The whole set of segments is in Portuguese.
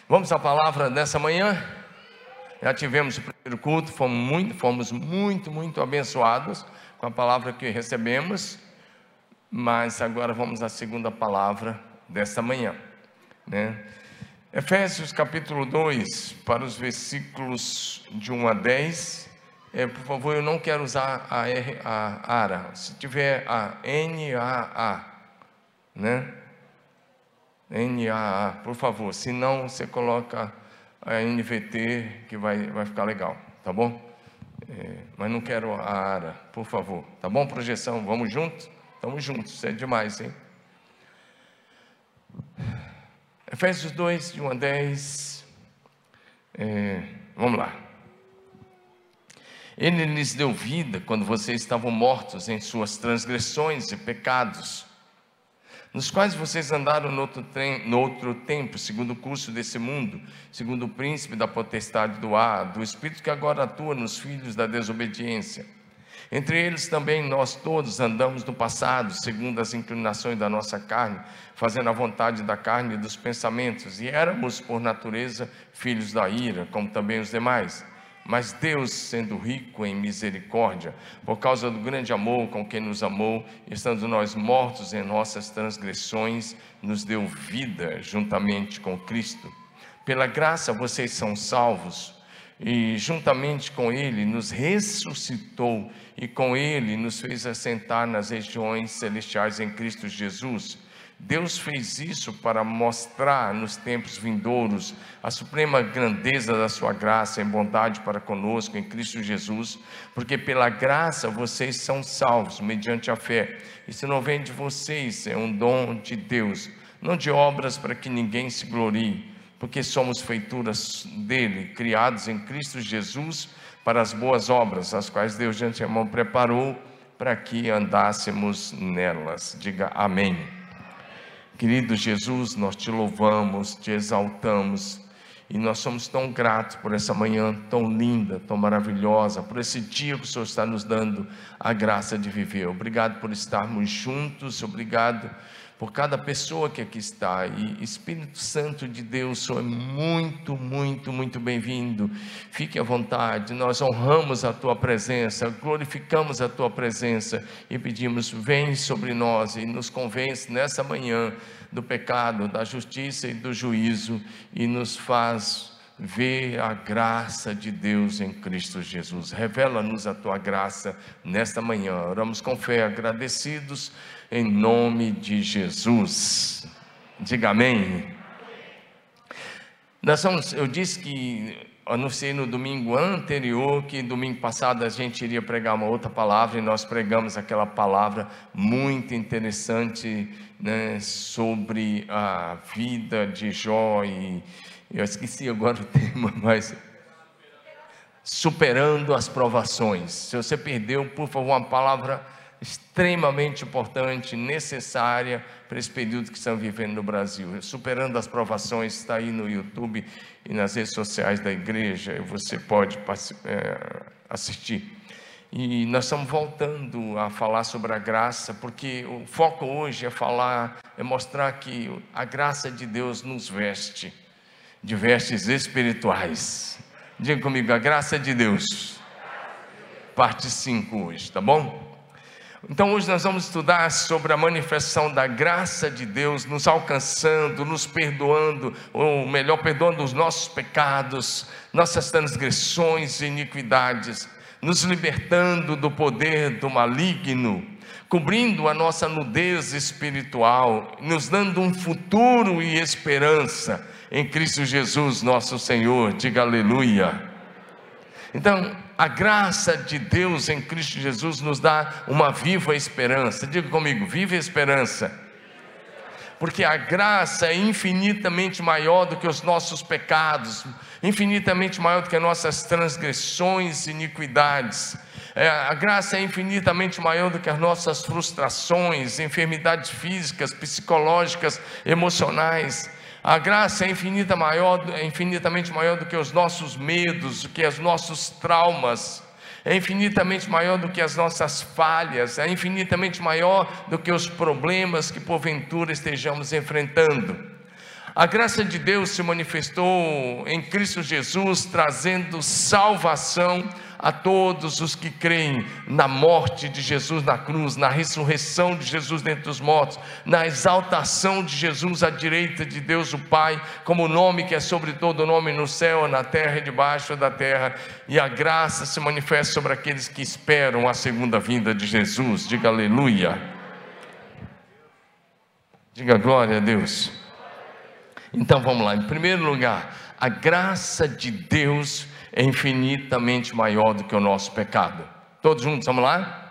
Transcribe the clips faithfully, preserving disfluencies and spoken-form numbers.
Vamos à palavra dessa manhã. Já tivemos o primeiro culto, fomos muito, fomos muito, muito abençoados com a palavra que recebemos, mas agora vamos à segunda palavra desta manhã, né? Efésios capítulo dois, para os versículos de um a dez. É, por favor, eu não quero usar a R, a ARA, se tiver a N A A, né? N A A, por favor, se não você coloca a N V T, que vai, vai ficar legal, tá bom? É, mas não quero a ARA, por favor, tá bom? Projeção, vamos juntos? Estamos juntos, isso é demais, hein? Efésios dois, de um a dez, é, vamos lá. Ele lhes deu vida quando vocês estavam mortos em suas transgressões e pecados, nos quais vocês andaram no outro, trem, no outro tempo, segundo o curso desse mundo, segundo o príncipe da potestade do ar, do espírito que agora atua nos filhos da desobediência. Entre eles também nós todos andamos no passado, segundo as inclinações da nossa carne, fazendo a vontade da carne e dos pensamentos, e éramos por natureza filhos da ira, como também os demais. Mas Deus, sendo rico em misericórdia, por causa do grande amor com que nos amou, estando nós mortos em nossas transgressões, nos deu vida juntamente com Cristo. Pela graça vocês são salvos, e juntamente com Ele nos ressuscitou, e com Ele nos fez assentar nas regiões celestiais em Cristo Jesus. Deus fez isso para mostrar nos tempos vindouros a suprema grandeza da sua graça e bondade para conosco em Cristo Jesus, porque pela graça vocês são salvos mediante a fé. Isso não vem de vocês, é um dom de Deus, não de obras para que ninguém se glorie, porque somos feituras dele, criados em Cristo Jesus para as boas obras, as quais Deus de antemão preparou para que andássemos nelas. Diga amém. Querido Jesus, nós te louvamos, te exaltamos, e nós somos tão gratos por essa manhã tão linda, tão maravilhosa, por esse dia que o Senhor está nos dando a graça de viver. Obrigado por estarmos juntos, obrigado por cada pessoa que aqui está, e Espírito Santo de Deus, o Senhor é muito, muito, muito bem-vindo. Fique à vontade, nós honramos a Tua presença, glorificamos a Tua presença e pedimos, vem sobre nós e nos convence nessa manhã do pecado, da justiça e do juízo, e nos faz ver a graça de Deus em Cristo Jesus. Revela-nos a Tua graça nesta manhã. Oramos com fé, agradecidos, em nome de Jesus. Diga amém. Nós somos, eu disse que, anunciei no domingo anterior, que domingo passado a gente iria pregar uma outra palavra, e nós pregamos aquela palavra muito interessante, né, sobre a vida de Jó, e eu esqueci agora o tema, mas superando as provações. Se você perdeu, por favor, uma palavra extremamente importante, necessária para esse período que estamos vivendo no Brasil. Superando as provações, está aí no YouTube e nas redes sociais da igreja, você pode é, assistir. E nós estamos voltando a falar sobre a graça, porque o foco hoje é falar, é mostrar que a graça de Deus nos veste de vestes espirituais. Diga comigo, a graça de Deus. Parte cinco hoje, tá bom? Então hoje nós vamos estudar sobre a manifestação da graça de Deus nos alcançando, nos perdoando, ou melhor, perdoando os nossos pecados, nossas transgressões e iniquidades, nos libertando do poder do maligno, cobrindo a nossa nudez espiritual, nos dando um futuro e esperança em Cristo Jesus nosso Senhor. Diga aleluia. Então, a graça de Deus em Cristo Jesus nos dá uma viva esperança. Diga comigo, viva esperança. Porque a graça é infinitamente maior do que os nossos pecados, infinitamente maior do que as nossas transgressões e iniquidades. É, a graça é infinitamente maior do que as nossas frustrações, enfermidades físicas, psicológicas, emocionais. A graça é infinita maior, é infinitamente maior do que os nossos medos, do que os nossos traumas, é infinitamente maior do que as nossas falhas, é infinitamente maior do que os problemas que porventura estejamos enfrentando. A graça de Deus se manifestou em Cristo Jesus, trazendo salvação a todos os que creem na morte de Jesus na cruz, na ressurreição de Jesus dentre os mortos, na exaltação de Jesus à direita de Deus o Pai, como o nome que é sobre todo nome no céu, na terra e debaixo da terra. E a graça se manifesta sobre aqueles que esperam a segunda vinda de Jesus. Diga aleluia. Diga glória a Deus. Então vamos lá, em primeiro lugar, a graça de Deus é infinitamente maior do que o nosso pecado. Todos juntos, vamos lá?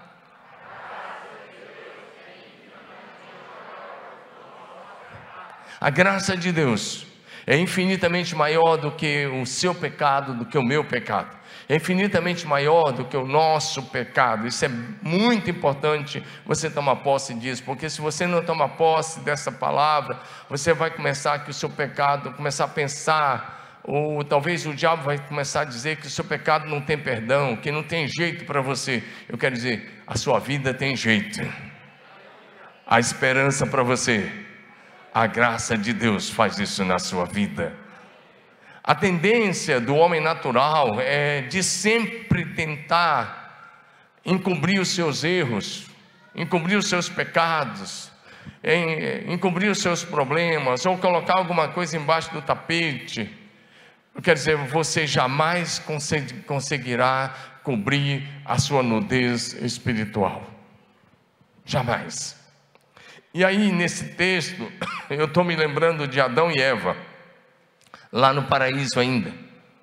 A graça de Deus é infinitamente maior do que o seu pecado, do que o meu pecado. É infinitamente maior do que o nosso pecado. Isso é muito importante você tomar posse disso, porque se você não tomar posse dessa palavra, você vai começar que o seu pecado, começar a pensar, ou talvez o diabo vai começar a dizer que o seu pecado não tem perdão, que não tem jeito para você. Eu quero dizer, a sua vida tem jeito. Há esperança para você. A graça de Deus faz isso na sua vida. A tendência do homem natural é de sempre tentar encobrir os seus erros, encobrir os seus pecados, encobrir os seus problemas, ou colocar alguma coisa embaixo do tapete. Quer dizer, você jamais conseguirá cobrir a sua nudez espiritual. Jamais. E aí, nesse texto, eu estou me lembrando de Adão e Eva, lá no paraíso ainda.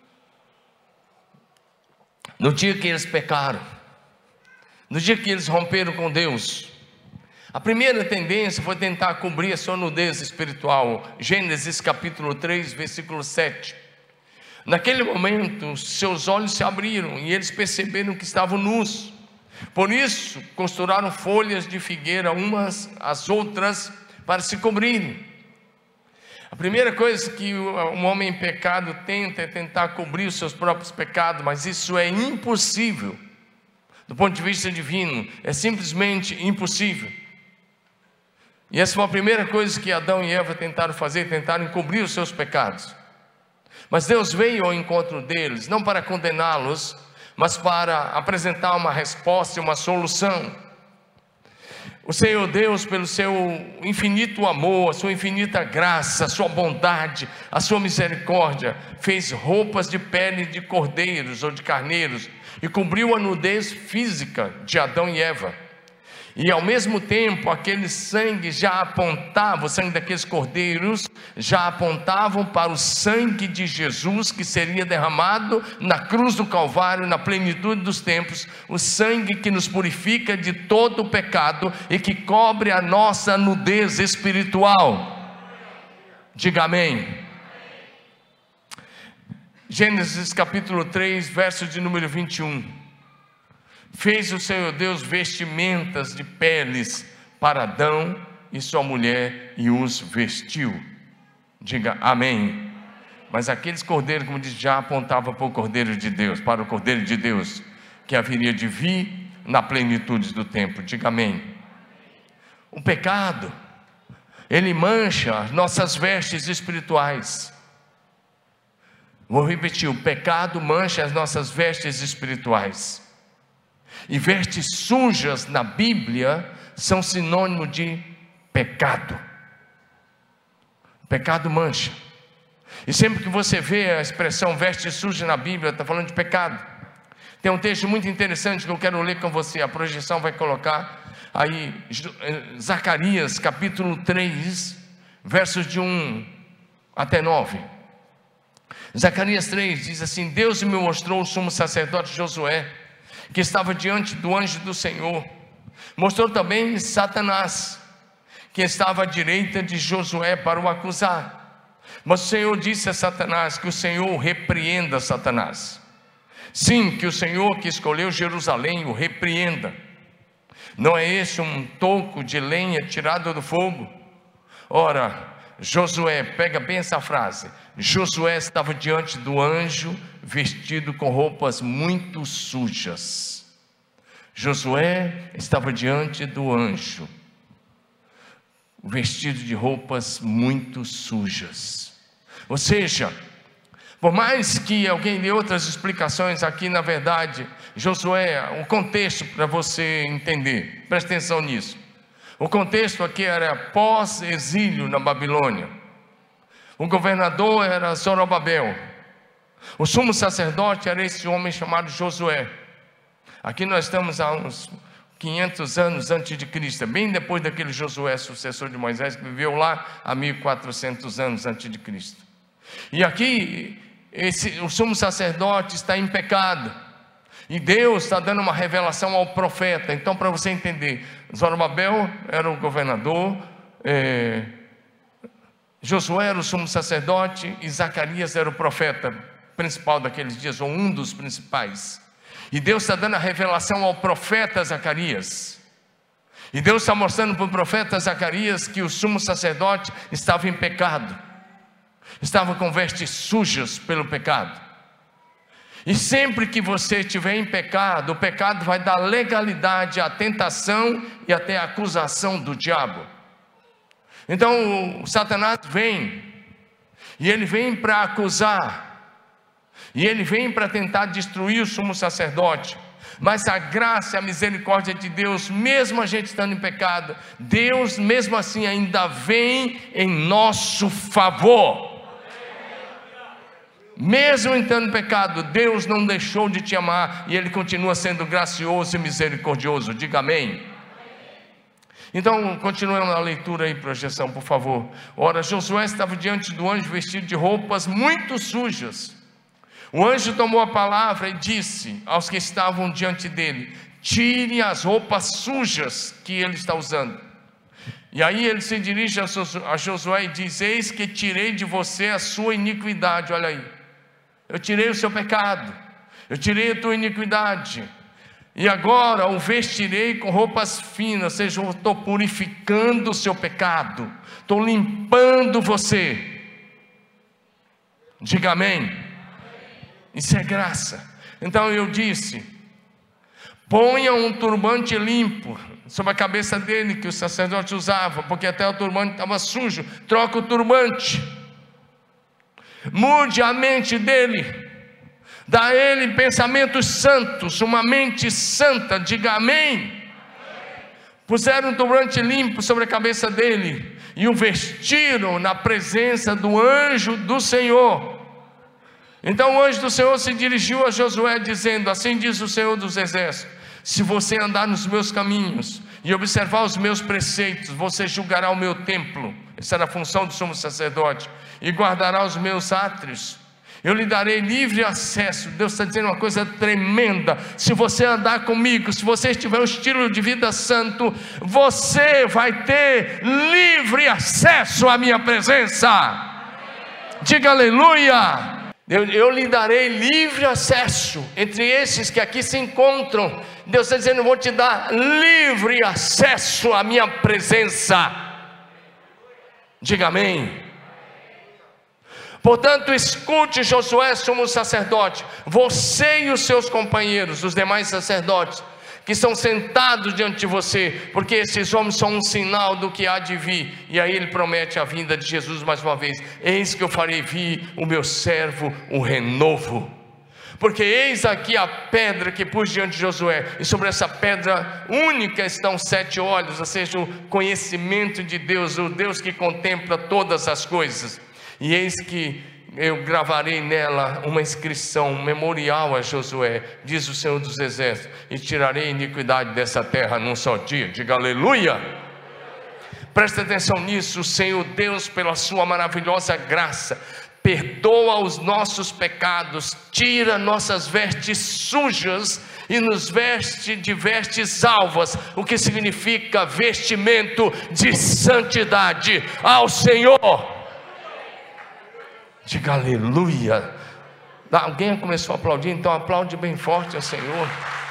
No dia que eles pecaram, no dia que eles romperam com Deus, a primeira tendência foi tentar cobrir a sua nudez espiritual. Gênesis capítulo três, versículo sete. Naquele momento, seus olhos se abriram e eles perceberam que estavam nus. Por isso, costuraram folhas de figueira umas às outras para se cobrirem. A primeira coisa que um homem em pecado tenta é tentar cobrir os seus próprios pecados, mas isso é impossível. Do ponto de vista divino, é simplesmente impossível. E essa foi a primeira coisa que Adão e Eva tentaram fazer, tentaram encobrir os seus pecados. Mas Deus veio ao encontro deles, não para condená-los, mas para apresentar uma resposta e uma solução. O Senhor Deus, pelo seu infinito amor, a sua infinita graça, a sua bondade, a sua misericórdia, fez roupas de pele de cordeiros ou de carneiros e cobriu a nudez física de Adão e Eva. E ao mesmo tempo, aquele sangue já apontava, o sangue daqueles cordeiros, já apontavam para o sangue de Jesus, que seria derramado na cruz do Calvário, na plenitude dos tempos, o sangue que nos purifica de todo o pecado e que cobre a nossa nudez espiritual. Diga amém. Gênesis capítulo três, verso de número vinte e um. Fez o Senhor Deus vestimentas de peles para Adão e sua mulher e os vestiu. Diga amém. Mas aqueles cordeiros, como diz, já apontavam para o Cordeiro de Deus, para o Cordeiro de Deus, que haveria de vir na plenitude do tempo. Diga amém. O pecado, ele mancha as nossas vestes espirituais. Vou repetir, o pecado mancha as nossas vestes espirituais. E vestes sujas na Bíblia são sinônimo de pecado. O pecado mancha. E sempre que você vê a expressão veste suja na Bíblia, está falando de pecado. Tem um texto muito interessante que eu quero ler com você. A projeção vai colocar aí, Zacarias capítulo três, versos de um até nove. Zacarias três diz assim: Deus me mostrou o sumo sacerdote Josué, que estava diante do anjo do Senhor. Mostrou também Satanás, que estava à direita de Josué para o acusar. Mas o Senhor disse a Satanás que o Senhor repreenda Satanás. Sim, que o Senhor que escolheu Jerusalém o repreenda. Não é esse um toco de lenha tirado do fogo? Ora, Josué, pega bem essa frase, Josué estava diante do anjo vestido com roupas muito sujas. Josué estava diante do anjo. vestido de roupas muito sujas. Ou seja, por mais que alguém dê outras explicações aqui, na verdade, Josué, o contexto para você entender, presta atenção nisso. O contexto aqui era pós-exílio na Babilônia. O governador era Zorobabel. O sumo sacerdote era esse homem chamado Josué. Aqui nós estamos há uns quinhentos anos antes de Cristo, bem depois daquele Josué, sucessor de Moisés, que viveu lá há mil e quatrocentos anos antes de Cristo. E aqui, esse, o sumo sacerdote está em pecado, e Deus está dando uma revelação ao profeta. Então, para você entender, Zorobabel era o governador, é, Josué era o sumo sacerdote, e Zacarias era o profeta principal daqueles dias, ou um dos principais. E Deus está dando a revelação ao profeta Zacarias. E Deus está mostrando para o profeta Zacarias que o sumo sacerdote estava em pecado, estava com vestes sujas pelo pecado. E sempre que você estiver em pecado, o pecado vai dar legalidade à tentação e até à acusação do diabo. Então o Satanás vem, e ele vem para acusar, e ele vem para tentar destruir o sumo sacerdote. Mas a graça e a misericórdia de Deus, mesmo a gente estando em pecado, Deus mesmo assim ainda vem em nosso favor. Mesmo entrando em pecado, Deus não deixou de te amar, e Ele continua sendo gracioso e misericordioso. Diga amém. Então, continuando a leitura aí, projeção, por favor. Ora, Josué estava diante do anjo vestido de roupas muito sujas. O anjo tomou a palavra e disse aos que estavam diante dele: tire as roupas sujas que ele está usando. E aí ele se dirige a Josué e diz: eis que tirei de você a sua iniquidade. Olha aí, eu tirei o seu pecado, eu tirei a tua iniquidade, e agora o vestirei com roupas finas. Ou seja, eu estou purificando o seu pecado, estou limpando você. Diga amém. Isso é graça. Então eu disse: ponha um turbante limpo sobre a cabeça dele, que o sacerdote usava, porque até o turbante estava sujo. Troca o turbante, mude a mente dele, dá a ele pensamentos santos, uma mente santa. Diga amém. Puseram um turbante limpo sobre a cabeça dele e o vestiram na presença do anjo do Senhor. Então o anjo do Senhor se dirigiu a Josué dizendo: assim diz o Senhor dos Exércitos, se você andar nos meus caminhos e observar os meus preceitos, você julgará o meu templo. Essa era a função do sumo sacerdote. E guardará os meus átrios. Eu lhe darei livre acesso. Deus está dizendo uma coisa tremenda: se você andar comigo, se você tiver um estilo de vida santo, você vai ter livre acesso à minha presença. Diga aleluia. Eu, eu lhe darei livre acesso entre esses que aqui se encontram. Deus está dizendo: eu vou te dar livre acesso à minha presença. Diga amém. Portanto, escute, Josué, sumo sacerdote, você e os seus companheiros, os demais sacerdotes, que estão sentados diante de você, porque esses homens são um sinal do que há de vir. E aí ele promete a vinda de Jesus mais uma vez: eis que eu farei vir o meu servo, o renovo. Porque eis aqui a pedra que pus diante de Josué, e sobre essa pedra única estão sete olhos, ou seja, o conhecimento de Deus, o Deus que contempla todas as coisas. E eis que eu gravarei nela uma inscrição, um memorial a Josué, diz o Senhor dos Exércitos, e tirarei a iniquidade dessa terra num só dia. Diga aleluia. Presta atenção nisso. O Senhor Deus, pela sua maravilhosa graça, perdoa os nossos pecados, tira nossas vestes sujas e nos veste de vestes alvas, o que significa vestimento de santidade ao Senhor. Diga aleluia. Alguém começou a aplaudir? Então aplaude bem forte ao Senhor.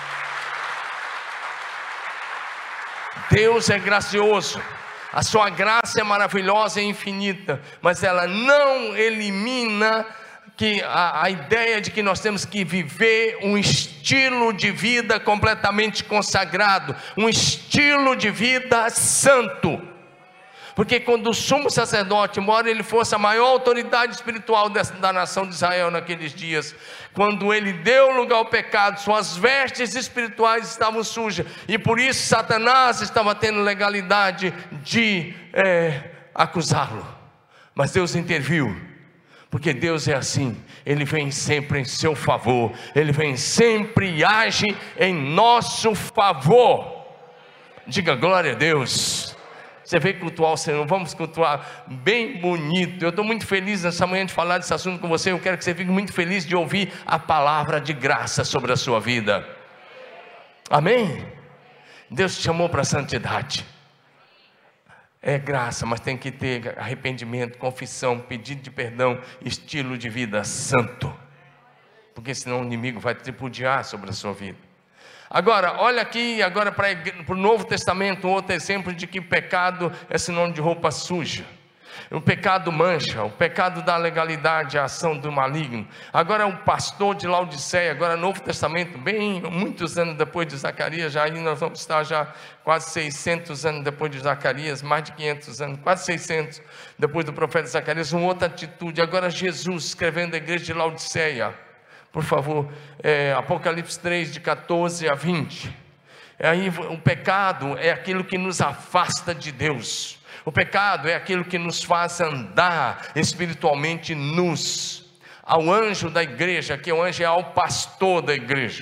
Deus é gracioso, a sua graça é maravilhosa e infinita, mas ela não elimina que a, a ideia de que nós temos que viver um estilo de vida completamente consagrado, um estilo de vida santo. Porque quando o sumo sacerdote, embora ele fosse a maior autoridade espiritual dessa, da nação de Israel naqueles dias, quando ele deu lugar ao pecado, suas vestes espirituais estavam sujas, e por isso Satanás estava tendo legalidade de é, acusá-lo. Mas Deus interviu, porque Deus é assim, Ele vem sempre em seu favor, Ele vem sempre e age em nosso favor. Diga glória a Deus. Você veio cultuar o Senhor, vamos cultuar bem bonito. Eu estou muito feliz nessa manhã de falar desse assunto com você. Eu quero que você fique muito feliz de ouvir a palavra de graça sobre a sua vida. Amém? Deus te chamou para a santidade. É graça, mas tem que ter arrependimento, confissão, pedido de perdão, estilo de vida santo, porque senão o inimigo vai tripudiar sobre a sua vida. Agora, olha aqui, agora para o Novo Testamento, um outro exemplo de que pecado é sinônimo de roupa suja. O pecado mancha, o pecado dá legalidade à ação do maligno. Agora o pastor de Laodiceia, agora Novo Testamento, bem, muitos anos depois de Zacarias, já aí nós vamos estar já quase seiscentos anos depois de Zacarias, mais de quinhentos anos, quase seiscentos depois do profeta Zacarias, uma outra atitude. Agora Jesus escrevendo a igreja de Laodiceia, por favor, é, Apocalipse três, de catorze a vinte. Aí o pecado é aquilo que nos afasta de Deus. O pecado é aquilo que nos faz andar espiritualmente nus. Ao anjo da igreja, que o anjo é ao pastor da igreja.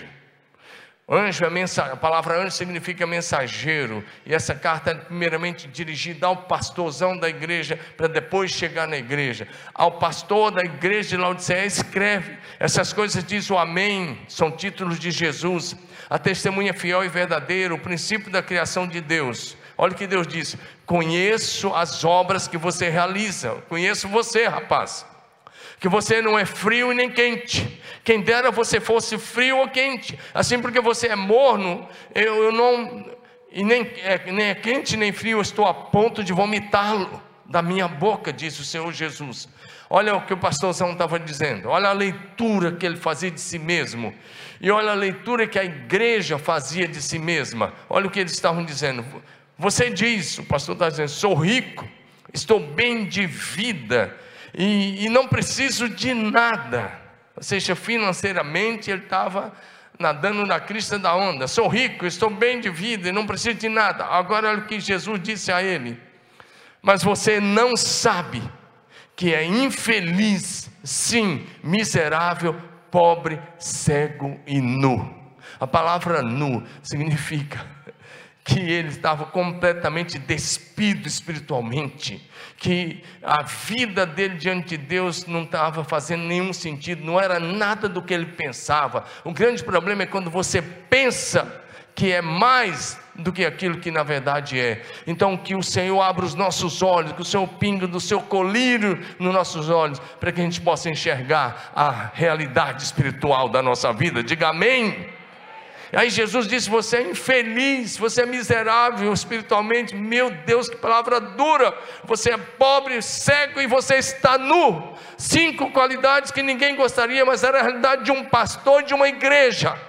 Anjo é mensageiro, a palavra anjo significa mensageiro, e essa carta é primeiramente dirigida ao pastorzão da igreja, para depois chegar na igreja. Ao pastor da igreja de Laodiceia escreve, essas coisas diz o amém, são títulos de Jesus, a testemunha fiel e verdadeira, o princípio da criação de Deus. Olha o que Deus diz: conheço as obras que você realiza, conheço você, rapaz, que você não é frio e nem quente. Quem dera você fosse frio ou quente. Assim, porque você é morno, eu, eu não, e nem é, nem é quente nem frio, eu estou a ponto de vomitá-lo da minha boca, diz o Senhor Jesus. Olha o que o pastorzão estava dizendo, olha a leitura que ele fazia de si mesmo, e olha a leitura que a igreja fazia de si mesma. Olha o que eles estavam dizendo. Você diz, o pastor está dizendo, sou rico, estou bem de vida, e, e não preciso de nada. Ou seja, financeiramente ele estava nadando na crista da onda. Sou rico, estou bem de vida e não preciso de nada. Agora olha o que Jesus disse a ele: mas você não sabe que é infeliz, sim, miserável, pobre, cego e nu. A palavra nu significa que ele estava completamente despido espiritualmente, que a vida dele diante de Deus não estava fazendo nenhum sentido, não era nada do que ele pensava. O grande problema é quando você pensa que é mais do que aquilo que na verdade é. Então que o Senhor abra os nossos olhos, que o Senhor pinga do seu colírio nos nossos olhos, para que a gente possa enxergar a realidade espiritual da nossa vida. Diga amém. Aí Jesus disse: você é infeliz, você é miserável espiritualmente. Meu Deus, que palavra dura. Você é pobre, cego e você está nu. Cinco qualidades que ninguém gostaria, mas era a realidade de um pastor de uma igreja.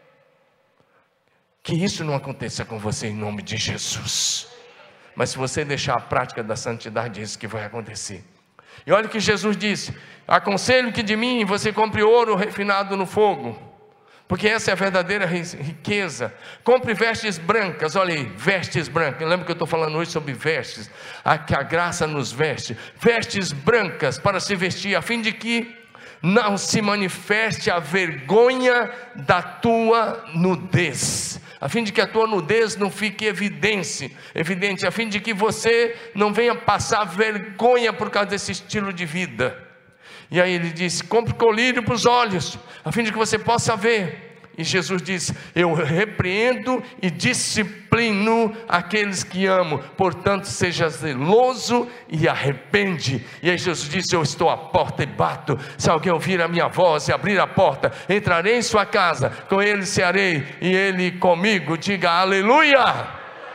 Que isso não aconteça com você em nome de Jesus. Mas se você deixar a prática da santidade, é isso que vai acontecer. E olha o que Jesus disse: aconselho que de mim você compre ouro refinado no fogo, porque essa é a verdadeira riqueza. Compre vestes brancas. Olha aí, vestes brancas. Lembra que eu estou falando hoje sobre vestes, a, que a graça nos veste. Vestes brancas para se vestir, a fim de que não se manifeste a vergonha da tua nudez, a fim de que a tua nudez não fique evidente, evidente, a fim de que você não venha passar vergonha por causa desse estilo de vida. E aí ele disse: compre colírio para os olhos, a fim de que você possa ver. E Jesus disse: eu repreendo e disciplino aqueles que amo, portanto seja zeloso e arrepende. E aí Jesus disse: eu estou à porta e bato. Se alguém ouvir a minha voz e abrir a porta, entrarei em sua casa, com ele cearei e ele comigo. Diga aleluia.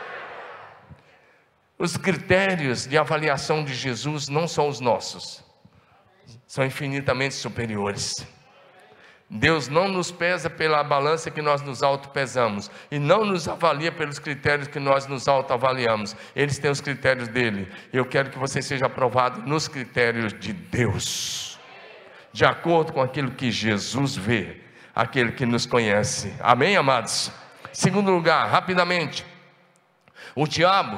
Os critérios de avaliação de Jesus não são os nossos, são infinitamente superiores. Deus não nos pesa pela balança que nós nos autopesamos, e não nos avalia pelos critérios que nós nos autoavaliamos. Eles têm os critérios dele. Eu quero que você seja aprovado nos critérios de Deus, de acordo com aquilo que Jesus vê, aquele que nos conhece. Amém, amados? Segundo lugar, rapidamente, o diabo,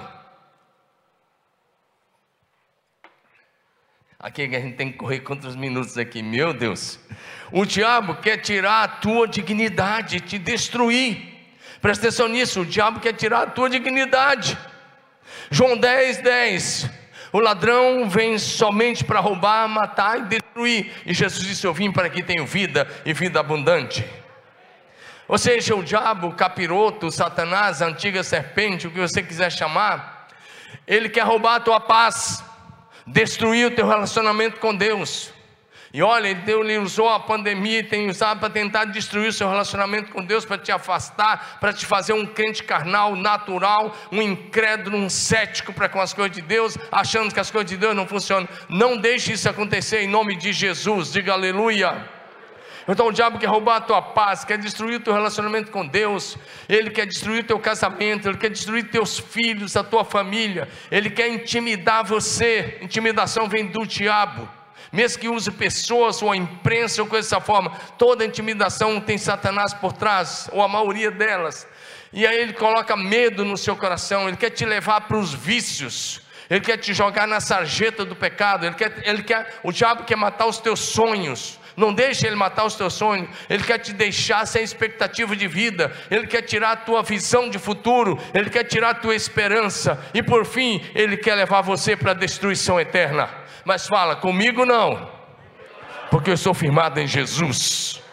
aqui a gente tem que correr quantos minutos aqui, meu Deus. O diabo quer tirar a tua dignidade, te destruir. Presta atenção nisso, o diabo quer tirar a tua dignidade. João dez, dez. O ladrão vem somente para roubar, matar e destruir. E Jesus disse: eu vim para que tenham vida e vida abundante. Ou seja, o diabo, o capiroto, o Satanás, a antiga serpente, o que você quiser chamar, ele quer roubar a tua paz, destruir o teu relacionamento com Deus. E olha, Deus ele usou a pandemia e tem usado para tentar destruir o seu relacionamento com Deus, para te afastar, para te fazer um crente carnal, natural, um incrédulo, um cético para com as coisas de Deus, achando que as coisas de Deus não funcionam. Não deixe isso acontecer em nome de Jesus, diga aleluia. Então o diabo quer roubar a tua paz, quer destruir o teu relacionamento com Deus, ele quer destruir o teu casamento, ele quer destruir teus filhos, a tua família, ele quer intimidar você. Intimidação vem do diabo, mesmo que use pessoas ou a imprensa ou coisa dessa forma, toda intimidação tem Satanás por trás, ou a maioria delas. E aí ele coloca medo no seu coração, ele quer te levar para os vícios, ele quer te jogar na sarjeta do pecado, ele quer, ele quer, o diabo quer matar os teus sonhos. Não deixe ele matar os teus sonhos. Ele quer te deixar sem expectativa de vida, ele quer tirar a tua visão de futuro, ele quer tirar a tua esperança, e por fim, ele quer levar você para a destruição eterna. Mas fala, comigo não, porque eu sou firmado em Jesus.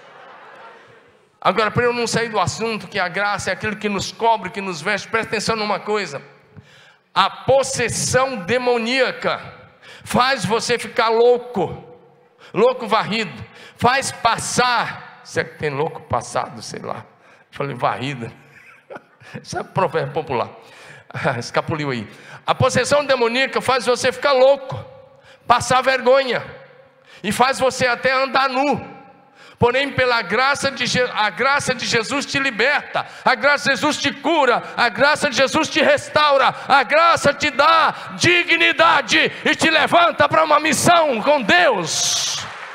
Agora, para eu não sair do assunto, que a graça é aquilo que nos cobre, que nos veste, presta atenção numa coisa: a possessão demoníaca faz você ficar louco, louco varrido, faz passar, se é que tem louco passado, sei lá, falei varrido, isso é provérbio popular, escapuliu aí. A possessão demoníaca faz você ficar louco, passar vergonha, e faz você até andar nu. Porém, pela graça de Je- a graça de Jesus te liberta, a graça de Jesus te cura, a graça de Jesus te restaura, a graça te dá dignidade e te levanta para uma missão com Deus.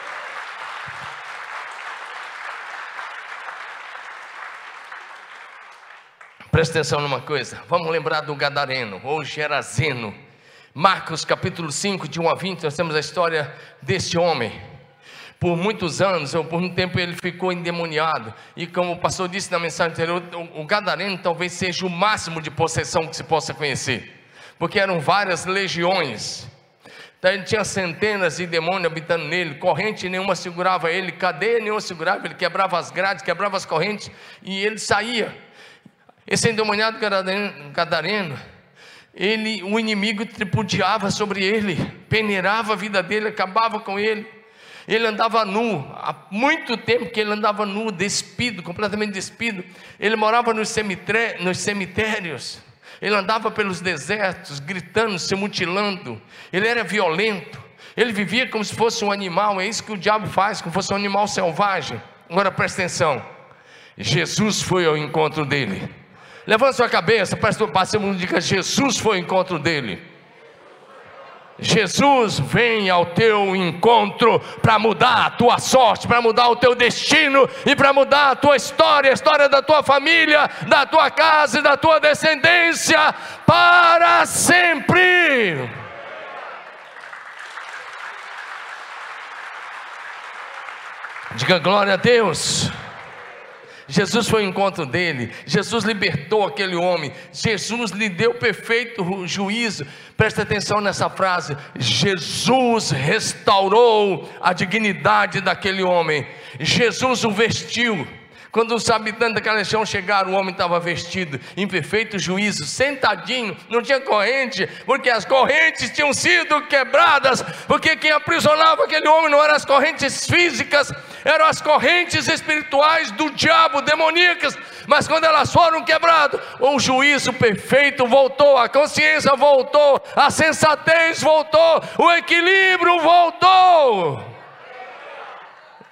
Presta atenção numa coisa, vamos lembrar do Gadareno, ou Gerazeno. Marcos capítulo cinco, de um a vinte, nós temos a história desse homem. Por muitos anos, ou por muito tempo, ele ficou endemoniado. E como o pastor disse na mensagem anterior, o Gadareno talvez seja o máximo de possessão que se possa conhecer, porque eram várias legiões. Então ele tinha centenas de demônios habitando nele, corrente nenhuma segurava ele, cadeia nenhuma segurava, ele quebrava as grades, quebrava as correntes, e ele saía. Esse endemoniado Gadareno, Gadareno ele, o inimigo tripudiava sobre ele, peneirava a vida dele, acabava com ele. Ele andava nu, há muito tempo que ele andava nu, despido, completamente despido. Ele morava nos cemitérios, nos cemitérios. Ele andava pelos desertos, gritando, se mutilando. Ele era violento, ele vivia como se fosse um animal. É isso que o diabo faz, como se fosse um animal selvagem. Agora presta atenção, Jesus foi ao encontro dele. Levanta sua cabeça, pastor, passe o mundo e diga: Jesus foi ao encontro dele. Jesus vem ao teu encontro para mudar a tua sorte, para mudar o teu destino e para mudar a tua história, a história da tua família, da tua casa e da tua descendência para sempre. Diga glória a Deus. Jesus foi ao encontro dele, Jesus libertou aquele homem, Jesus lhe deu perfeito juízo. Presta atenção nessa frase: Jesus restaurou a dignidade daquele homem, Jesus o vestiu. Quando os habitantes daquela região chegaram, o homem estava vestido em perfeito juízo, sentadinho, não tinha corrente, porque as correntes tinham sido quebradas, porque quem aprisionava aquele homem não eram as correntes físicas, eram as correntes espirituais do diabo, demoníacas. Mas quando elas foram quebradas, o juízo perfeito voltou, a consciência voltou, a sensatez voltou, o equilíbrio voltou.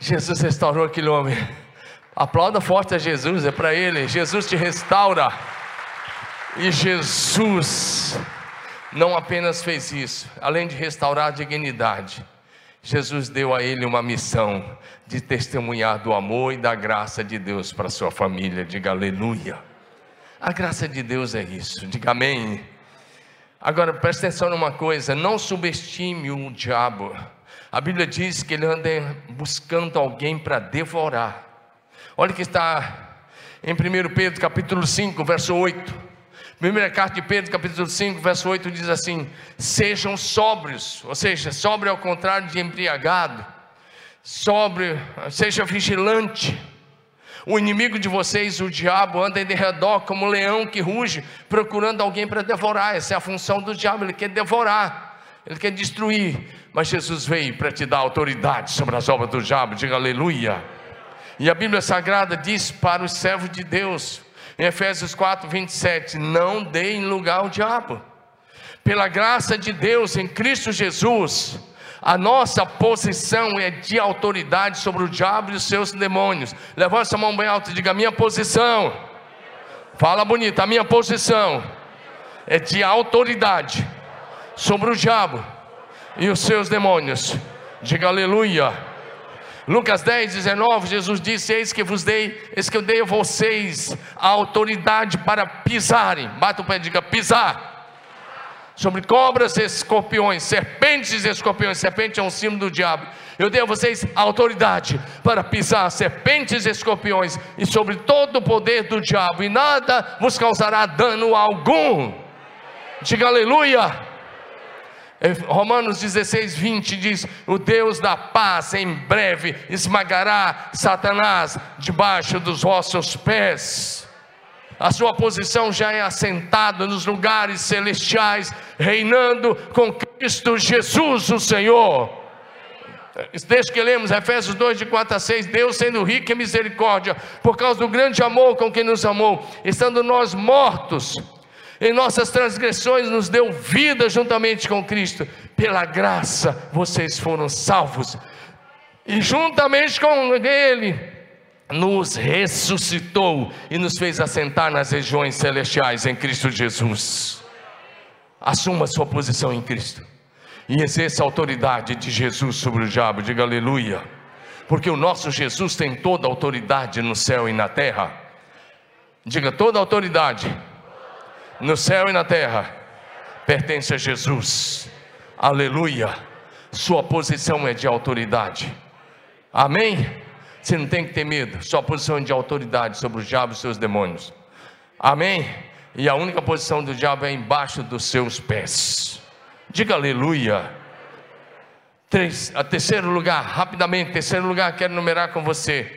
Jesus restaurou aquele homem. Aplauda forte a Jesus, é para Ele. Jesus te restaura. E Jesus não apenas fez isso, além de restaurar a dignidade, Jesus deu a ele uma missão de testemunhar do amor e da graça de Deus para a sua família. Diga aleluia. A graça de Deus é isso, diga amém. Agora preste atenção numa coisa, não subestime o diabo. A Bíblia diz que ele anda buscando alguém para devorar. Olha que está em primeiro Pedro capítulo cinco, verso oito. Primeira carta de Pedro, capítulo cinco, verso oito, diz assim: sejam sóbrios, ou seja, sóbrio ao contrário de embriagado, sóbrio, seja vigilante. O inimigo de vocês, o diabo, anda em redor como um leão que ruge, procurando alguém para devorar. Essa é a função do diabo, ele quer devorar, ele quer destruir. Mas Jesus veio para te dar autoridade sobre as obras do diabo, diga aleluia. E a Bíblia Sagrada diz para os servos de Deus, em Efésios quatro, vinte e sete, não deem lugar ao diabo. Pela graça de Deus em Cristo Jesus, a nossa posição é de autoridade sobre o diabo e os seus demônios. Levanta essa mão bem alta e diga: a minha posição, fala bonito, a minha posição é de autoridade sobre o diabo e os seus demônios. Diga aleluia. Lucas dez, dezenove, Jesus disse: eis que vos dei, eis que eu dei a vocês a autoridade para pisarem, bata o pé e diga pisar, sobre cobras e escorpiões, serpentes e escorpiões. Serpente é um símbolo do diabo. Eu dei a vocês a autoridade para pisar serpentes e escorpiões, e sobre todo o poder do diabo, e nada vos causará dano algum. Diga aleluia. Romanos dezesseis, vinte diz: o Deus da paz em breve esmagará Satanás debaixo dos vossos pés. A sua posição já é assentada nos lugares celestiais, reinando com Cristo Jesus o Senhor. Desde que lemos Efésios dois, de quatro a seis, Deus sendo rico em misericórdia, por causa do grande amor com que nos amou, estando nós mortos em nossas transgressões, nos deu vida juntamente com Cristo. Pela graça vocês foram salvos, e juntamente com Ele nos ressuscitou e nos fez assentar nas regiões celestiais em Cristo Jesus. Assuma a sua posição em Cristo e exerça a autoridade de Jesus sobre o diabo. Diga aleluia. Porque o nosso Jesus tem toda a autoridade no céu e na terra. Diga: toda a autoridade no céu e na terra pertence a Jesus. Aleluia. Sua posição é de autoridade. Amém? Você não tem que ter medo. Sua posição é de autoridade sobre o diabo e seus demônios. Amém? E a única posição do diabo é embaixo dos seus pés. Diga aleluia. Três, a terceiro lugar, rapidamente, terceiro lugar, quero numerar com você.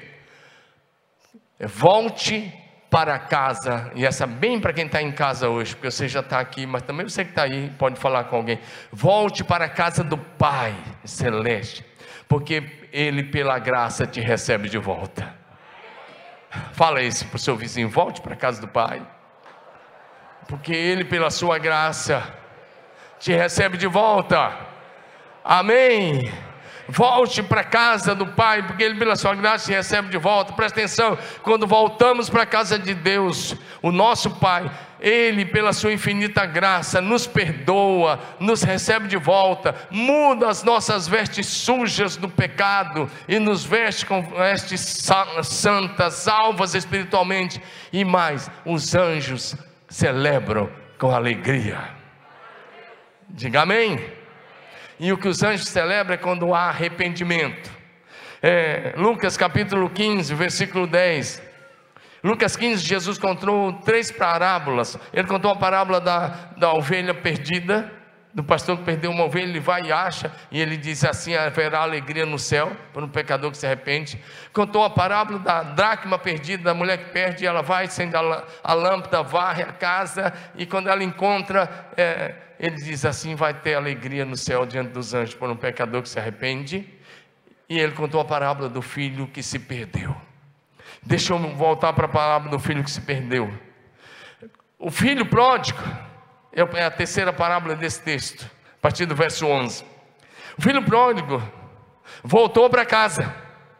Volte para casa. E essa bem para quem está em casa hoje, porque você já está aqui, mas também você que está aí pode falar com alguém. Volte para a casa do Pai Celeste, porque Ele pela graça te recebe de volta. Fala isso para o seu vizinho: volte para a casa do Pai, porque Ele pela sua graça te recebe de volta. Amém. Volte para a casa do Pai, porque Ele pela sua graça te recebe de volta. Presta atenção, quando voltamos para a casa de Deus, o nosso Pai, Ele pela sua infinita graça nos perdoa, nos recebe de volta, muda as nossas vestes sujas do pecado e nos veste com vestes santas, salvas espiritualmente. E mais, os anjos celebram com alegria. Diga amém. E o que os anjos celebram é quando há arrependimento. é, Lucas capítulo quinze, versículo dez. Lucas quinze, Jesus contou três parábolas. Ele contou a parábola da, da ovelha perdida, do pastor que perdeu uma ovelha. Ele vai e acha, e ele diz assim: haverá alegria no céu para um pecador que se arrepende. Contou a parábola da dracma perdida, da mulher que perde, e ela vai, acende a, a lâmpada, varre a casa, e quando ela encontra, é, ele diz assim: vai ter alegria no céu diante dos anjos por um pecador que se arrepende. E ele contou a parábola do filho que se perdeu. Deixa eu voltar para a parábola do filho que se perdeu. O filho pródigo é a terceira parábola desse texto, a partir do verso onze. O filho pródigo voltou para casa.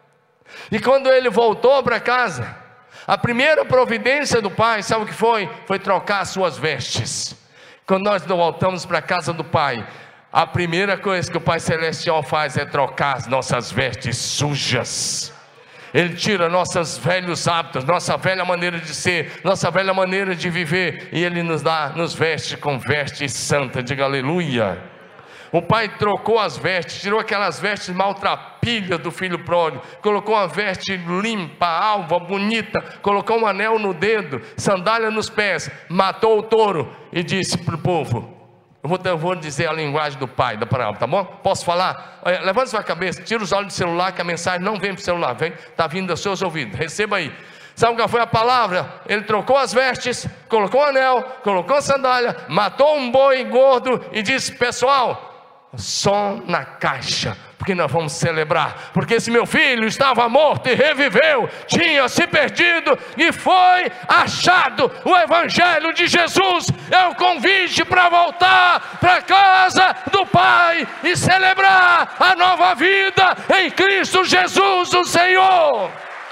E quando ele voltou para casa, a primeira providência do pai, sabe o que foi? Foi trocar as suas vestes. Quando nós voltamos para a casa do pai, a primeira coisa que o Pai Celestial faz é trocar as nossas vestes sujas. Ele tira nossos velhos hábitos, nossa velha maneira de ser, nossa velha maneira de viver, e Ele nos dá, nos veste com veste santa. Diga aleluia. O pai trocou as vestes, tirou aquelas vestes maltrapilhas do filho pródigo, colocou uma veste limpa, alva, bonita, colocou um anel no dedo, sandália nos pés, matou o touro e disse para o povo: eu vou, eu vou dizer a linguagem do pai da parábola, tá bom? Posso falar? Olha, levanta sua cabeça, tira os olhos do celular, que a mensagem não vem para o celular, vem, está vindo dos seus ouvidos, receba aí. Sabe qual foi a palavra? Ele trocou as vestes, colocou um anel, colocou a sandália, matou um boi gordo e disse: pessoal, som na caixa, porque nós vamos celebrar, porque esse meu filho estava morto e reviveu, tinha se perdido e foi achado. O Evangelho de Jesus é o convite para voltar para a casa do Pai e celebrar a nova vida em Cristo Jesus, o Senhor.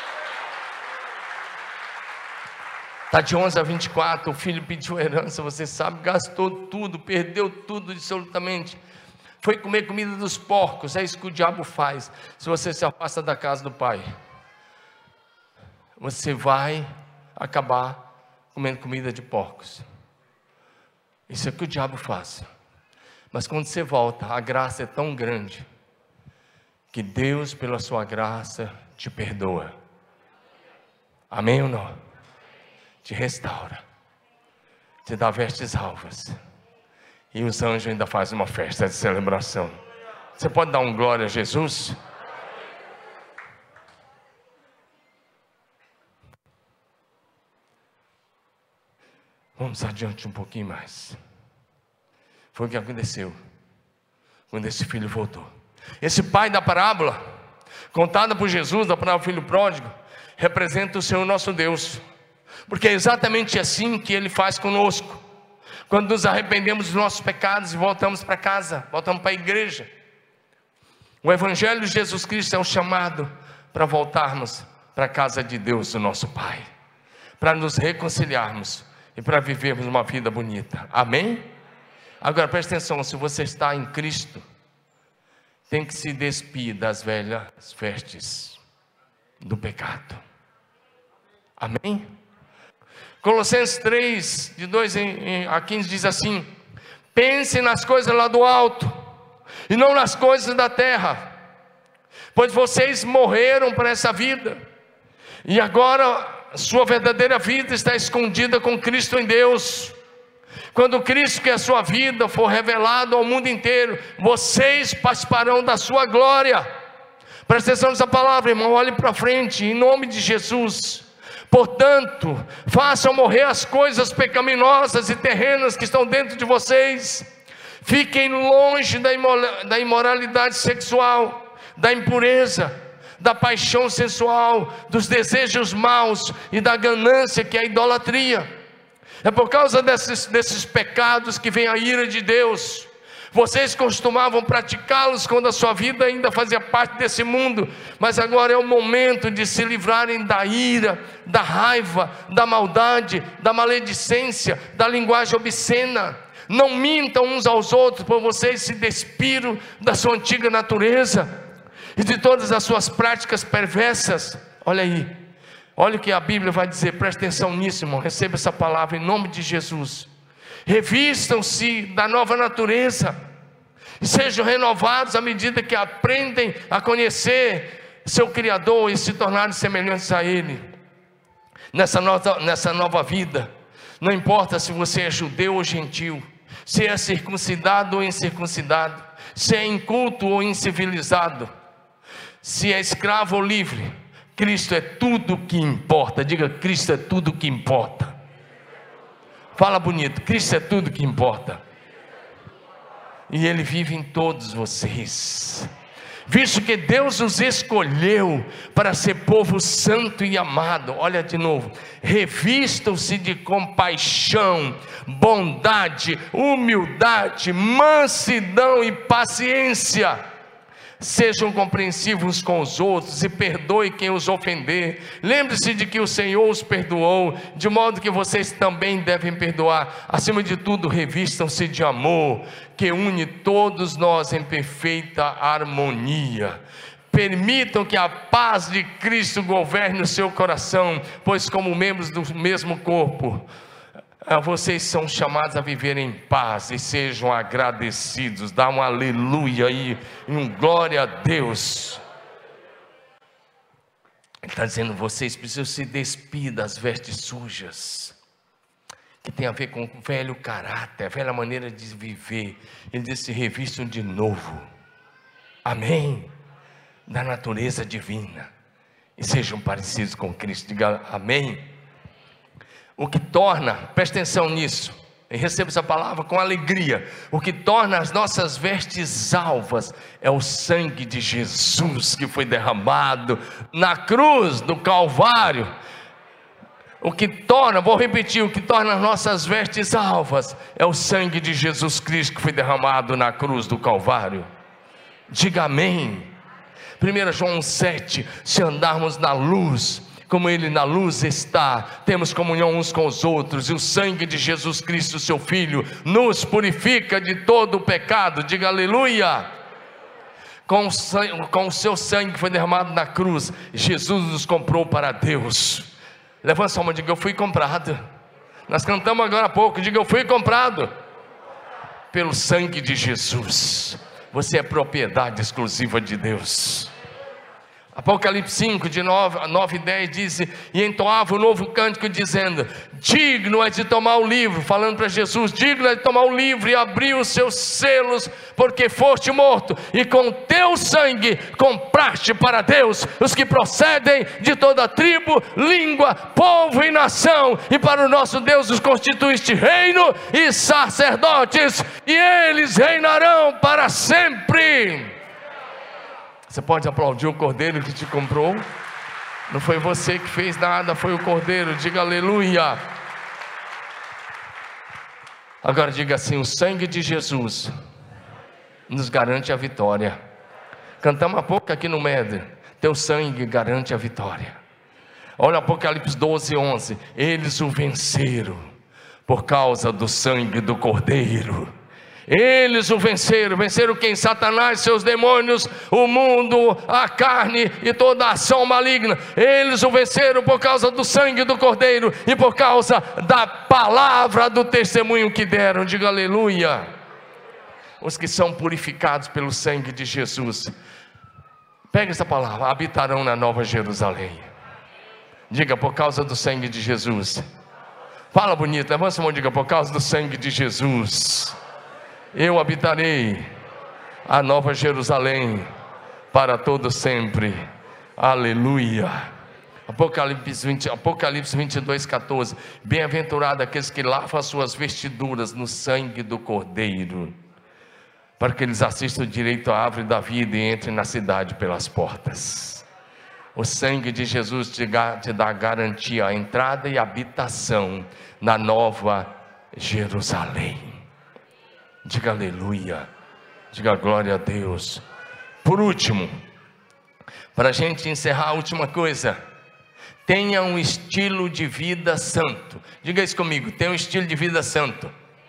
Está de onze a vinte e quatro, o filho pediu herança, você sabe, gastou tudo, perdeu tudo absolutamente. Foi comer comida dos porcos. É isso que o diabo faz. Se você se afasta da casa do pai, você vai acabar comendo comida de porcos. Isso é o que o diabo faz. Mas quando você volta, a graça é tão grande que Deus, pela sua graça, te perdoa. Amém ou não? Te restaura, te dá vestes alvas. E os anjos ainda fazem uma festa de celebração. Você pode dar um glória a Jesus? Vamos adiante um pouquinho mais. Foi o que aconteceu quando esse filho voltou. Esse pai da parábola, contada por Jesus, da parábola do filho pródigo, representa o Senhor nosso Deus, porque é exatamente assim que Ele faz conosco. Quando nos arrependemos dos nossos pecados e voltamos para casa, voltamos para a igreja. O Evangelho de Jesus Cristo é um chamado para voltarmos para a casa de Deus, o nosso Pai, para nos reconciliarmos e para vivermos uma vida bonita. Amém? Agora preste atenção, se você está em Cristo, tem que se despir das velhas vestes do pecado. Amém? Colossenses três, de dois a quinze diz assim: pense nas coisas lá do alto, e não nas coisas da terra, pois vocês morreram para essa vida, e agora sua verdadeira vida está escondida com Cristo em Deus. Quando Cristo, que é a sua vida, for revelado ao mundo inteiro, vocês participarão da sua glória. Presta atenção nessa palavra, irmão, olhe para frente, em nome de Jesus. Portanto, façam morrer as coisas pecaminosas e terrenas que estão dentro de vocês. Fiquem longe da imoralidade sexual, da impureza, da paixão sensual, dos desejos maus e da ganância, que é a idolatria. É por causa desses, desses pecados que vem a ira de Deus. Vocês costumavam praticá-los quando a sua vida ainda fazia parte desse mundo, mas agora é o momento de se livrarem da ira, da raiva, da maldade, da maledicência, da linguagem obscena. Não mintam uns aos outros, pois vocês se despiram da sua antiga natureza e de todas as suas práticas perversas. Olha aí, olha o que a Bíblia vai dizer, presta atenção nisso, irmão, receba essa palavra em nome de Jesus. Revistam-se da nova natureza e sejam renovados à medida que aprendem a conhecer seu Criador e se tornarem semelhantes a Ele. Nessa nova, nessa nova vida, não importa se você é judeu ou gentil, se é circuncidado ou incircuncidado, se é inculto ou incivilizado, se é escravo ou livre, Cristo é tudo que importa. Diga: Cristo é tudo que importa. Fala bonito, Cristo é tudo que importa. E Ele vive em todos vocês. Visto que Deus os escolheu para ser povo santo e amado. Olha de novo: revistam-se de compaixão, bondade, humildade, mansidão e paciência. Sejam compreensivos com os outros e perdoe quem os ofender. Lembre-se de que o Senhor os perdoou, de modo que vocês também devem perdoar. Acima de tudo, revistam-se de amor, que une todos nós em perfeita harmonia. Permitam que a paz de Cristo governe o seu coração, pois como membros do mesmo corpo, vocês são chamados a viver em paz e sejam agradecidos. Dá um aleluia aí, um glória a Deus. Ele está dizendo, vocês precisam se despir das vestes sujas, que tem a ver com o velho caráter, a velha maneira de viver. Ele diz, se revistam de novo, amém, da natureza divina, e sejam parecidos com Cristo. Diga amém. O que torna, presta atenção nisso, e receba essa palavra com alegria, o que torna as nossas vestes alvas, é o sangue de Jesus, que foi derramado na cruz do Calvário. O que torna, vou repetir, o que torna as nossas vestes alvas, é o sangue de Jesus Cristo, que foi derramado na cruz do Calvário. Diga amém. primeiro João sete, se andarmos na luz, como Ele na luz está, temos comunhão uns com os outros, e o sangue de Jesus Cristo, seu Filho, nos purifica de todo o pecado. Diga aleluia. Com o, sangue, com o seu sangue que foi derramado na cruz, Jesus nos comprou para Deus. Levanta sua mão e diga, eu fui comprado. Nós cantamos agora há pouco, diga, eu fui comprado pelo sangue de Jesus. Você é propriedade exclusiva de Deus. Apocalipse cinco, de nove e dez diz, e entoava um novo cântico dizendo, digno é de tomar o livro, falando para Jesus, digno é de tomar o livro e abrir os seus selos, porque foste morto, e com teu sangue compraste para Deus os que procedem de toda tribo, língua, povo e nação, e para o nosso Deus os constituíste reino e sacerdotes, e eles reinarão para sempre. Você pode aplaudir o Cordeiro que te comprou? Não foi você que fez nada, foi o Cordeiro. Diga aleluia. Agora diga assim, o sangue de Jesus nos garante a vitória. Cantamos há pouco aqui no Média, teu sangue garante a vitória. Olha Apocalipse doze, onze, eles o venceram por causa do sangue do Cordeiro. Eles o venceram, venceram quem? Satanás, seus demônios, o mundo, a carne e toda a ação maligna. Eles o venceram por causa do sangue do Cordeiro e por causa da palavra do testemunho que deram. Diga aleluia. Os que são purificados pelo sangue de Jesus, pega essa palavra, habitarão na Nova Jerusalém. Diga, por causa do sangue de Jesus. Fala bonito, levanta a mão e diga, por causa do sangue de Jesus, eu habitarei a Nova Jerusalém para todo sempre. Aleluia. Apocalipse vinte, Apocalipse vinte e dois, catorze. Bem-aventurado aqueles que lavam as suas vestiduras no sangue do Cordeiro, para que eles assistam direito à árvore da vida e entrem na cidade pelas portas. O sangue de Jesus te dá garantia, a entrada e habitação na Nova Jerusalém. Diga aleluia, diga glória a Deus. Por último, para a gente encerrar, a última coisa, tenha um estilo de vida santo. Diga isso comigo, tenha um estilo de vida santo,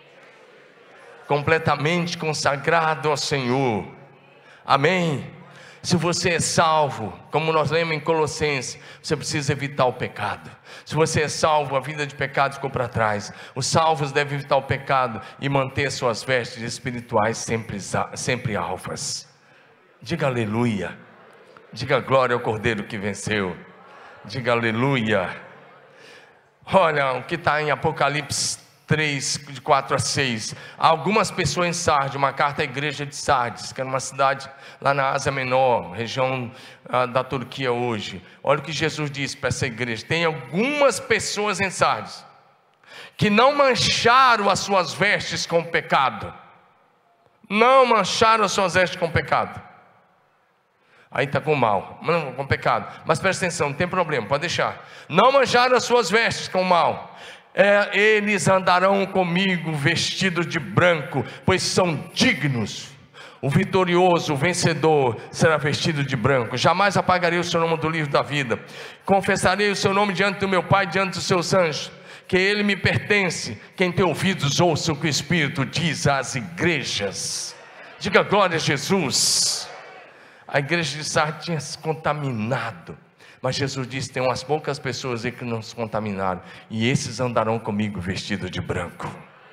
completamente consagrado ao Senhor. Amém? Se você é salvo, como nós lemos em Colossenses, você precisa evitar o pecado. Se você é salvo, a vida de pecado ficou para trás. Os salvos devem evitar o pecado e manter suas vestes espirituais sempre, sempre alvas. Diga aleluia. Diga glória ao Cordeiro que venceu. Diga aleluia. Olha o que está em Apocalipse três, de quatro a seis. Há algumas pessoas em Sardes, uma carta à igreja de Sardes, que é uma cidade lá na Ásia Menor, região ah, da Turquia hoje. Olha o que Jesus disse para essa igreja: tem algumas pessoas em Sardes que não mancharam as suas vestes com pecado. Não mancharam as suas vestes com pecado. Aí está com mal, não, com pecado. Mas presta atenção, não tem problema, pode deixar. Não mancharam as suas vestes com mal. É, eles andarão comigo vestidos de branco, pois são dignos. O vitorioso, o vencedor, será vestido de branco. Jamais apagarei o seu nome do livro da vida. Confessarei o seu nome diante do meu Pai, diante dos seus anjos, que ele me pertence. Quem tem ouvidos, ouça o que o Espírito diz às igrejas. Diga glória a Jesus. A igreja de Sardes tinha se contaminado, mas Jesus disse: tem umas poucas pessoas aí que não se contaminaram, e esses andarão comigo vestidos de branco.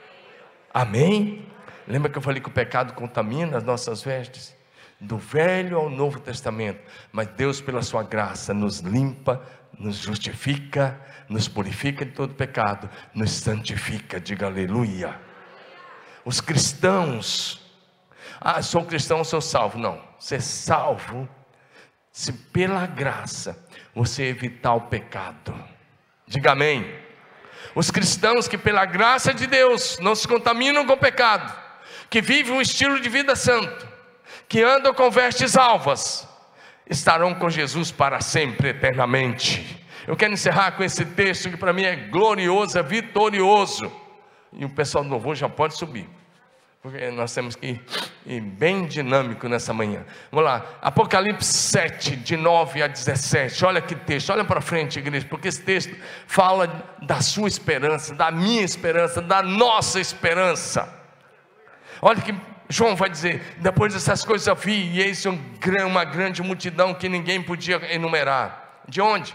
Amém? Lembra que eu falei que o pecado contamina as nossas vestes? Do Velho ao Novo Testamento. Mas Deus, pela sua graça, nos limpa, nos justifica, nos purifica de todo pecado, nos santifica. Diga aleluia. Os cristãos: ah, sou cristão, sou salvo. Não, ser salvo se pela graça você evitar o pecado. Diga amém. Os cristãos que pela graça de Deus não se contaminam com o pecado, que vivem um estilo de vida santo, que andam com vestes alvas, estarão com Jesus para sempre, eternamente. Eu quero encerrar com esse texto que para mim é glorioso, é vitorioso. E o pessoal do louvor já pode subir, porque nós temos que ir bem dinâmico nessa manhã. Vamos lá, Apocalipse sete, de nove a dezessete. Olha que texto, olha para frente, igreja, porque esse texto fala da sua esperança, da minha esperança, da nossa esperança. Olha que João vai dizer: depois dessas coisas eu vi, e eis uma grande multidão que ninguém podia enumerar. De onde?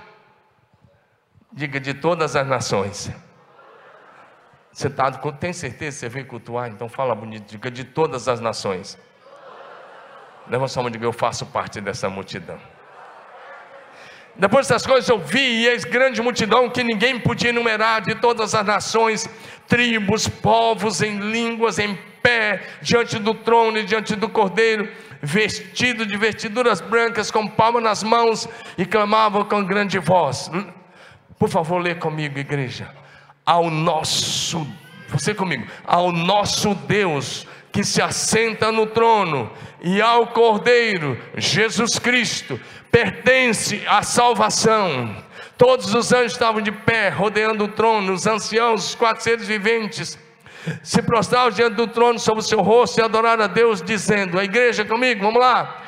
Diga: de todas as nações. Você tá, tem certeza que você veio cultuar? Então fala bonito, diga: de todas as nações. Levanta sua mão e diga: eu faço parte dessa multidão. Depois dessas coisas eu vi, e eis grande multidão que ninguém podia enumerar, de todas as nações, tribos, povos, em línguas, em pé, diante do trono e diante do Cordeiro, vestido de vestiduras brancas, com palmas nas mãos, e clamavam com grande voz. Por favor, lê comigo, igreja. Ao nosso, você comigo, ao nosso Deus que se assenta no trono, e ao Cordeiro, Jesus Cristo, pertence a salvação. Todos os anjos estavam de pé, rodeando o trono. Os anciãos, os quatro seres viventes, se prostraram diante do trono sobre o seu rosto e adoraram a Deus, dizendo: a igreja comigo, vamos lá: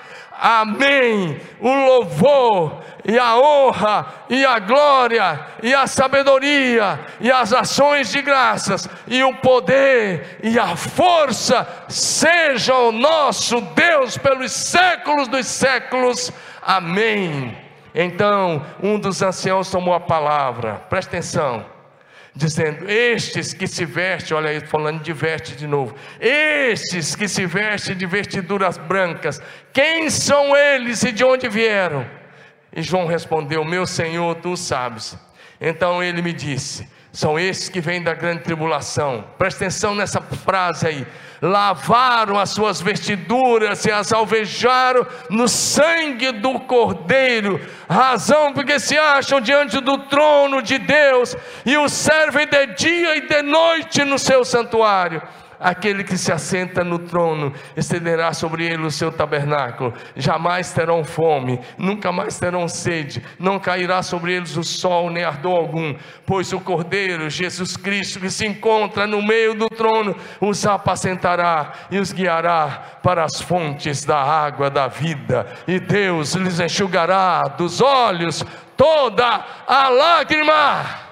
amém. O louvor e a honra e a glória e a sabedoria e as ações de graças e o poder e a força sejam nosso Deus pelos séculos dos séculos. Amém. Então um dos anciãos tomou a palavra, presta atenção, dizendo: estes que se vestem, olha aí, falando de veste de novo, estes que se vestem de vestiduras brancas, quem são eles e de onde vieram? E João respondeu: meu Senhor, tu sabes. Então ele me disse: são estes que vêm da grande tribulação. Presta atenção nessa frase aí: lavaram as suas vestiduras e as alvejaram no sangue do Cordeiro, razão porque se acham diante do trono de Deus e o servem de dia e de noite no seu santuário. Aquele que se assenta no trono estenderá sobre ele o seu tabernáculo. Jamais terão fome, nunca mais terão sede. Não cairá sobre eles o sol, nem ardor algum, pois o Cordeiro, Jesus Cristo, que se encontra no meio do trono, os apacentará e os guiará para as fontes da água da vida. E Deus lhes enxugará dos olhos toda a lágrima.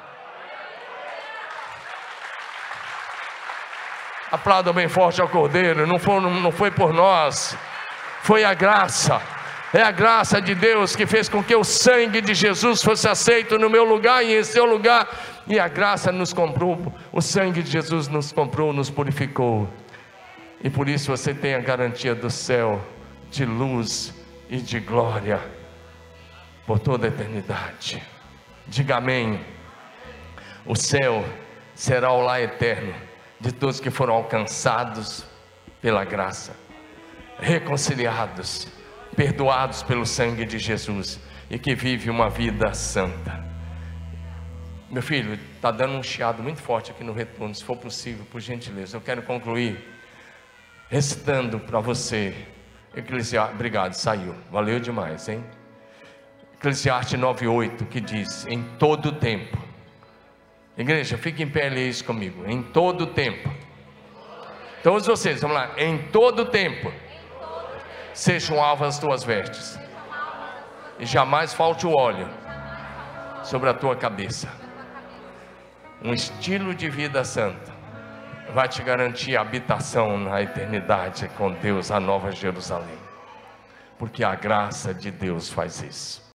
Aplauda bem forte ao Cordeiro. Não foi, não foi por nós, foi a graça. É a graça de Deus que fez com que o sangue de Jesus fosse aceito no meu lugar e em seu lugar. E a graça nos comprou, o sangue de Jesus nos comprou, nos purificou. E por isso você tem a garantia do céu, de luz e de glória, por toda a eternidade. Diga amém. O céu será o lar eterno de todos que foram alcançados pela graça, reconciliados, perdoados pelo sangue de Jesus e que vive uma vida santa. Meu filho, está dando um chiado muito forte aqui no retorno. Se for possível, por gentileza, eu quero concluir recitando para você Eclesiastes. Obrigado, saiu, valeu demais, hein? Eclesiastes nove, oito, que diz: em todo tempo. Igreja, fique em pé e leia isso comigo. Em todo tempo. Todos vocês, vamos lá. Em todo tempo. sejam alvas as tuas vestes, e jamais falte o óleo sobre a tua cabeça. Um estilo de vida santa vai te garantir habitação na eternidade com Deus, a Nova Jerusalém, porque a graça de Deus faz isso.